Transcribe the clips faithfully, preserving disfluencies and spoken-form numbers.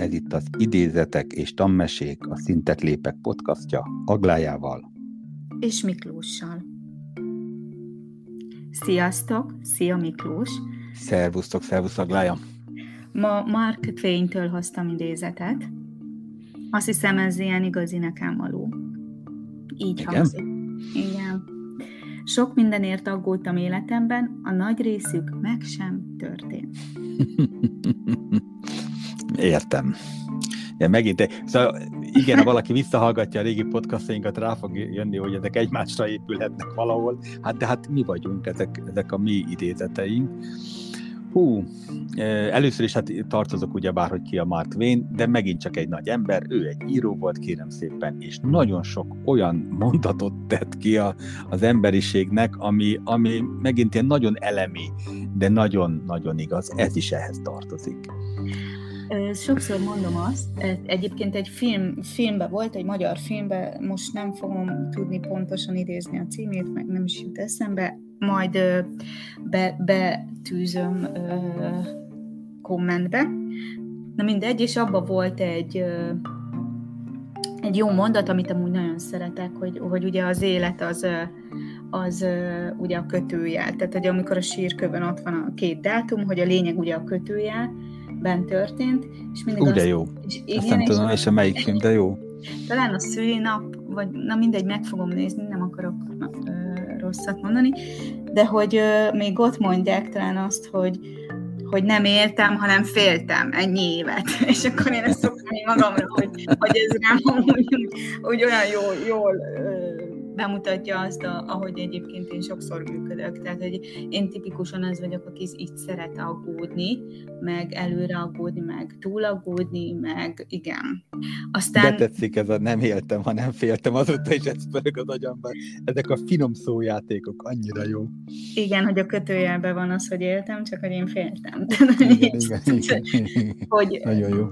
ez itt az Idézetek és Tanmesék, a Szintet lépek podcastja Aglájával és Miklóssal. Sziasztok! Szia Miklós! Szervusztok, szervusz Aglája! Ma Mark Twain-től hoztam idézetet. Azt hiszem, ez ilyen igazi nekem való. Így Igen? hangzik. Igen. Sok mindenért aggódtam életemben, a nagy részük meg sem történt. Értem. Ja, megint, szóval igen, ha valaki visszahallgatja a régi podcastjainkat, rá fog jönni, hogy ezek egymásra épülhetnek valahol. Hát de hát mi vagyunk, ezek, ezek a mi idézeteink. Hú, először is hát tartozok ugyebár, hogy ki a Mark Twain, de megint csak egy nagy ember, ő egy író volt, kérem szépen, és nagyon sok olyan mondatot tett ki a, az emberiségnek, ami, ami megint ilyen nagyon elemi, de nagyon-nagyon igaz, ez is ehhez tartozik. Sokszor mondom azt, egyébként egy film, filmben volt, egy magyar filmben, most nem fogom tudni pontosan idézni a címét, meg nem is jut eszembe, majd be, betűzöm kommentbe. Na mindegy, és abban volt egy, egy jó mondat, amit amúgy nagyon szeretek, hogy, hogy ugye az élet az, az ugye a kötőjel. Tehát, hogy amikor a sírkövön ott van a két dátum, hogy a lényeg ugye a kötőjel, ben történt, és mindig Ú, azt... de jó. És Ezt igen, nem és tudom, és a melyik film, de jó. Talán a szülinap, vagy na mindegy, meg fogom nézni, nem akarok na, ö, rosszat mondani, de hogy ö, még ott mondják talán azt, hogy, hogy nem éltem, hanem féltem ennyi évet. És akkor én ezt szoktam magamra, hogy, hogy ez rám úgy, úgy olyan jól, jól ö, bemutatja azt, a, ahogy egyébként én sokszor működök. Tehát, hogy én tipikusan az vagyok, aki így szeret aggódni, meg előre aggódni, meg túl aggódni, meg igen. Aztán... De tetszik ez a nem éltem, hanem féltem, azóta is ez pörög az agyamban. Ezek a finom szójátékok annyira jó. Igen, hogy a kötőjelben van az, hogy éltem, csak hogy én féltem. Igen, igen, igen, igen. Hogy, nagyon jó.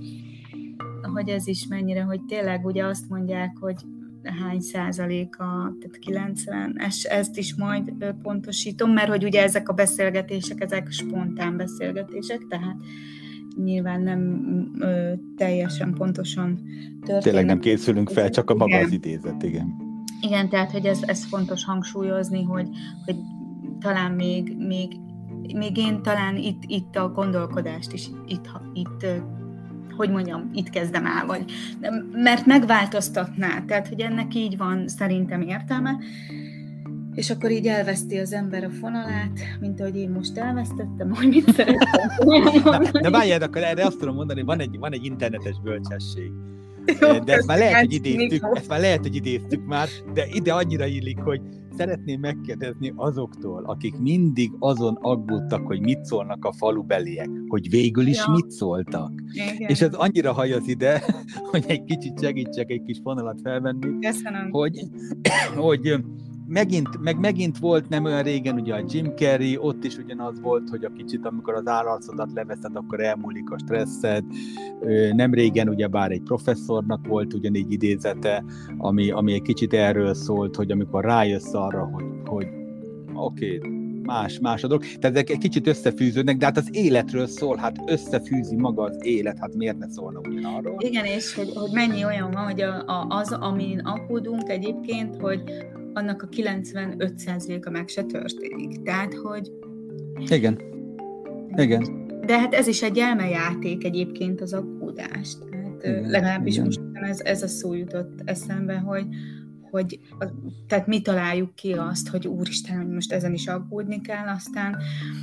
Hogy ez is mennyire, hogy tényleg ugye azt mondják, hogy hány százaléka, tehát kilencven, ezt is majd pontosítom, mert hogy ugye ezek a beszélgetések, ezek spontán beszélgetések, tehát nyilván nem ö, teljesen pontosan történnek. Tényleg nem készülünk fel, csak a maga az idézet, igen. Igen, tehát hogy ez, ez fontos hangsúlyozni, hogy, hogy talán még, még, még én talán itt, itt a gondolkodást is itt, itt hogy mondjam, itt kezdem el, vagy, mert megváltoztatná, tehát, hogy ennek így van szerintem értelme, és akkor így elveszti az ember a fonalát, mint ahogy én most elvesztettem, hogy mit szerettem mondani. Na, de várjál, akkor erre azt tudom mondani, van egy, van egy internetes bölcsesség. Jó, de ezt már lehet, hogy idéztük, ezt már lehet, hogy idéztük már, de ide annyira illik, hogy szeretném megkérdezni azoktól, akik mindig azon aggódtak, hogy mit szólnak a falubeliek, hogy végül is ja. mit szóltak. Igen. És ez annyira hajaz ide, hogy egy kicsit segítsek egy kis vonalat felvenni, Köszönöm. hogy, hogy megint, meg megint volt nem olyan régen ugye a Jim Carrey, ott is ugyanaz volt, hogy a kicsit amikor az állarcodat leveszed, akkor elmúlik a stresszed. Nem régen ugyebár egy professzornak volt ugyanígy idézete, ami, ami egy kicsit erről szólt, hogy amikor rájössz arra, hogy, hogy oké, okay, más, más a dolog. Tehát ezek egy kicsit összefűződnek, de hát az életről szól, hát összefűzi maga az élet, hát miért ne szólna ugyanarról? Igen, és hogy, hogy mennyi olyan van, hogy a, a, az, amin aggódunk egyébként, hogy annak a kilencvenöt százaléka meg se történik. Tehát, hogy... Igen. Igen. De hát ez is egy elmejáték egyébként az aggódás. Tehát igen, legalábbis igen. Most ez, ez a szó jutott eszembe, hogy, hogy tehát mi találjuk ki azt, hogy úristen, hogy most ezen is aggódni kell, aztán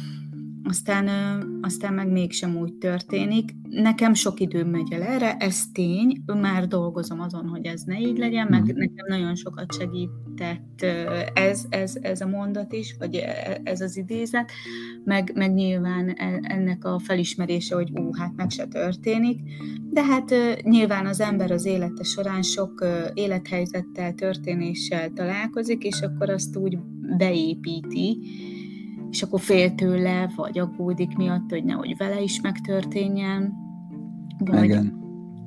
Aztán, aztán meg mégsem úgy történik. Nekem sok időm megy el erre, ez tény, már dolgozom azon, hogy ez ne így legyen, meg nekem nagyon sokat segített ez, ez, ez a mondat is, vagy ez az idézet, meg, meg nyilván ennek a felismerése, hogy ú, hát meg se történik, de hát nyilván az ember az élete során sok élethelyzettel, történéssel találkozik, és akkor azt úgy beépíti, és akkor fél tőle, vagy aggódik miatt, hogy nehogy vele is megtörténjen. Vagy... Igen.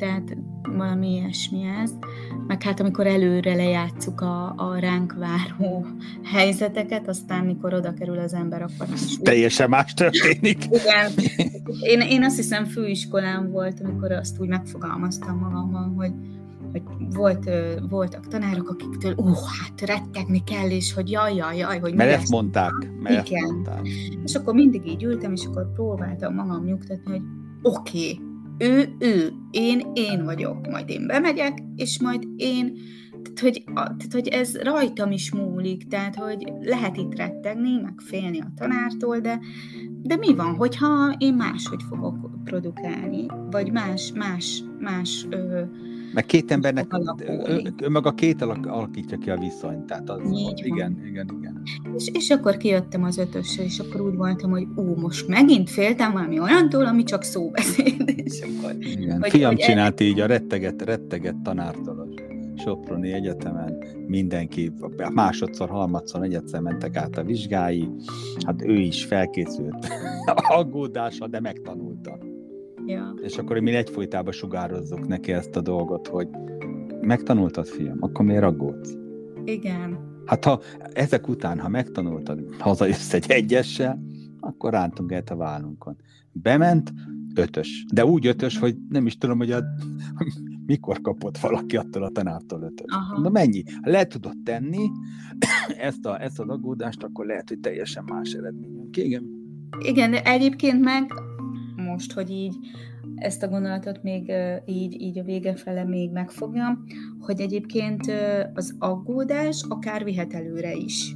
tehát valami ilyesmi ez. Meg hát amikor előre lejátszuk a, a ránk váró helyzeteket, aztán mikor oda kerül az ember, akkor is. Teljesen más történik. Igen. Én, én azt hiszem főiskolán volt, amikor azt úgy megfogalmaztam magammal, hogy, hogy volt, voltak tanárok, akiktől ó, hát rettegni kell, és hogy jaj, jaj, jaj, hogy mert ezt mondták. Mert igen. ezt mondták. És akkor mindig így ültem, és akkor próbáltam magam nyugtatni, hogy oké, okay, ő, ő, én, én vagyok, majd én bemegyek, és majd én, tehát hogy, tehát, hogy ez rajtam is múlik, tehát, hogy lehet itt rettegni, meg félni a tanártól, de, de mi van, hogyha én máshogy fogok produkálni, vagy más, más, más ö, meg két embernek, meg a két alakítja ki a viszonyt, tehát az, az igen, igen, igen. És, és akkor kijöttem az ötössel, és akkor úgy voltam, hogy ú, most megint féltem valami olyantól, ami csak szóbeszéd. És akkor, igen. Hogy, Fiam hogy csinált el... így a retteget, retteget tanártól a Soproni Egyetemen, mindenki másodszor, harmadszor, negyedszer mentek át a vizsgái, hát ő is felkészült aggódása, de megtanulta. Ja. És akkor mi egyfolytában sugározzuk neki ezt a dolgot, hogy megtanultad, fiam, akkor miért aggódsz? Igen. Hát ha ezek után, ha megtanultad, hazajössz egy egyessel, akkor rántunk el a vállunkon. Bement, ötös. De úgy ötös, hogy nem is tudom, hogy a, mikor kapott valaki attól a tanártól ötös. De mennyi? Ha le tudod tenni ezt, a, ezt az aggódást, akkor lehet, hogy teljesen más eredményünk. Igen. Igen, de egyébként meg most, hogy így ezt a gondolatot még így, így a vége fele még megfogjam, hogy egyébként az aggódás akár vihet előre is.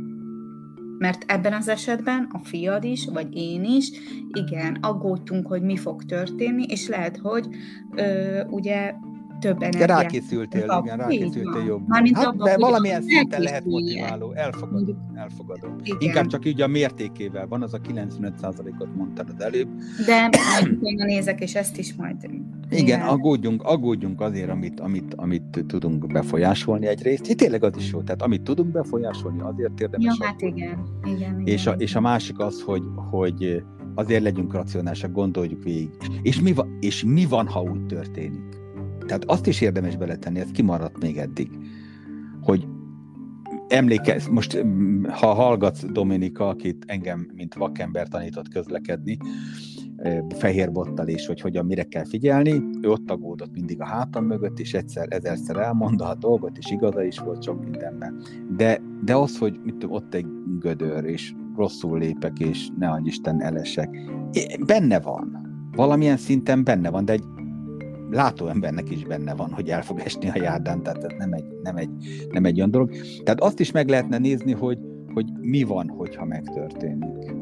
Mert ebben az esetben a fiad is, vagy én is, igen, aggódtunk, hogy mi fog történni, és lehet, hogy ö, ugye több energiát. Rákészültél, kap. Igen, rákészültél jobban. Hát, abban, de valamilyen szinten lehet motiváló, elfogadom, elfogadom. Inkább csak így a mértékével van, az a kilencvenöt százalékot mondtad az előbb. De én nézek, és ezt is majd... Igen, aggódjunk, aggódjunk azért, amit, amit, amit tudunk befolyásolni egyrészt. Itt tényleg az is jó, tehát amit tudunk befolyásolni, azért érdemes. Ja, hát igen. igen, és, igen. A, és a másik az, hogy, hogy azért legyünk racionálisak, gondoljuk végig. És mi, van, és mi van, ha úgy történik? Tehát azt is érdemes beletenni, ez kimaradt még eddig, hogy emlékezz, most ha hallgatsz Dominika, akit engem, mint vakember tanított közlekedni, fehér bottal és hogy hogyan, mire kell figyelni, ő ott aggódott mindig a hátam mögött, és egyszer, ezerszer elmondta a dolgot, és igaza is volt sok mindenben. De, de az, hogy mit tudom, ott egy gödör, és rosszul lépek, és ne adj Isten elesek, benne van. Valamilyen szinten benne van, de egy látó embernek is benne van, hogy el fog esni a járdán, tehát ez nem egy, nem egy, nem egy olyan dolog. Tehát azt is meg lehetne nézni, hogy, hogy mi van, hogyha megtörténik.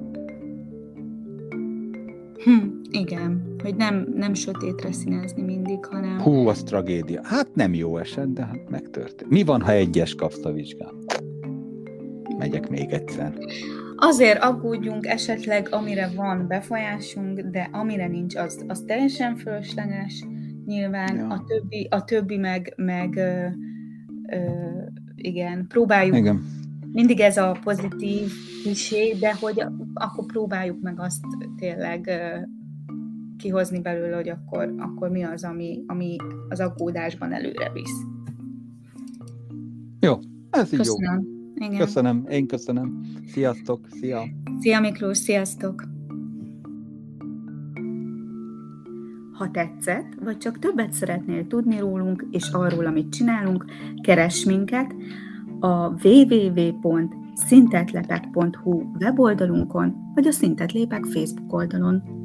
Hm, igen, hogy nem, nem sötétre színezni mindig, hanem... Hú, az tragédia. Hát nem jó eset, de hát megtörténik. Mi van, ha egyes kapsz a vizsgán? Megyek még egyszer. Azért aggódjunk esetleg, amire van befolyásunk, de amire nincs, az, az teljesen fölösleges. Nyilván ja. a, többi, a többi meg, meg ö, ö, igen, próbáljuk, igen. Mindig ez a pozitív klisé, de hogy akkor próbáljuk meg azt tényleg ö, kihozni belőle, hogy akkor, akkor mi az, ami, ami az aggódásban előre visz. Jó, ez így köszönöm. Jó. Igen. Köszönöm, én köszönöm. Sziasztok, szia! Szia Miklós, sziasztok! Ha tetszett, vagy csak többet szeretnél tudni rólunk és arról, amit csinálunk, keress minket a double-u double-u double-u pont szintetlepek pont hu weboldalunkon, vagy a Szintetlépek Facebook oldalon.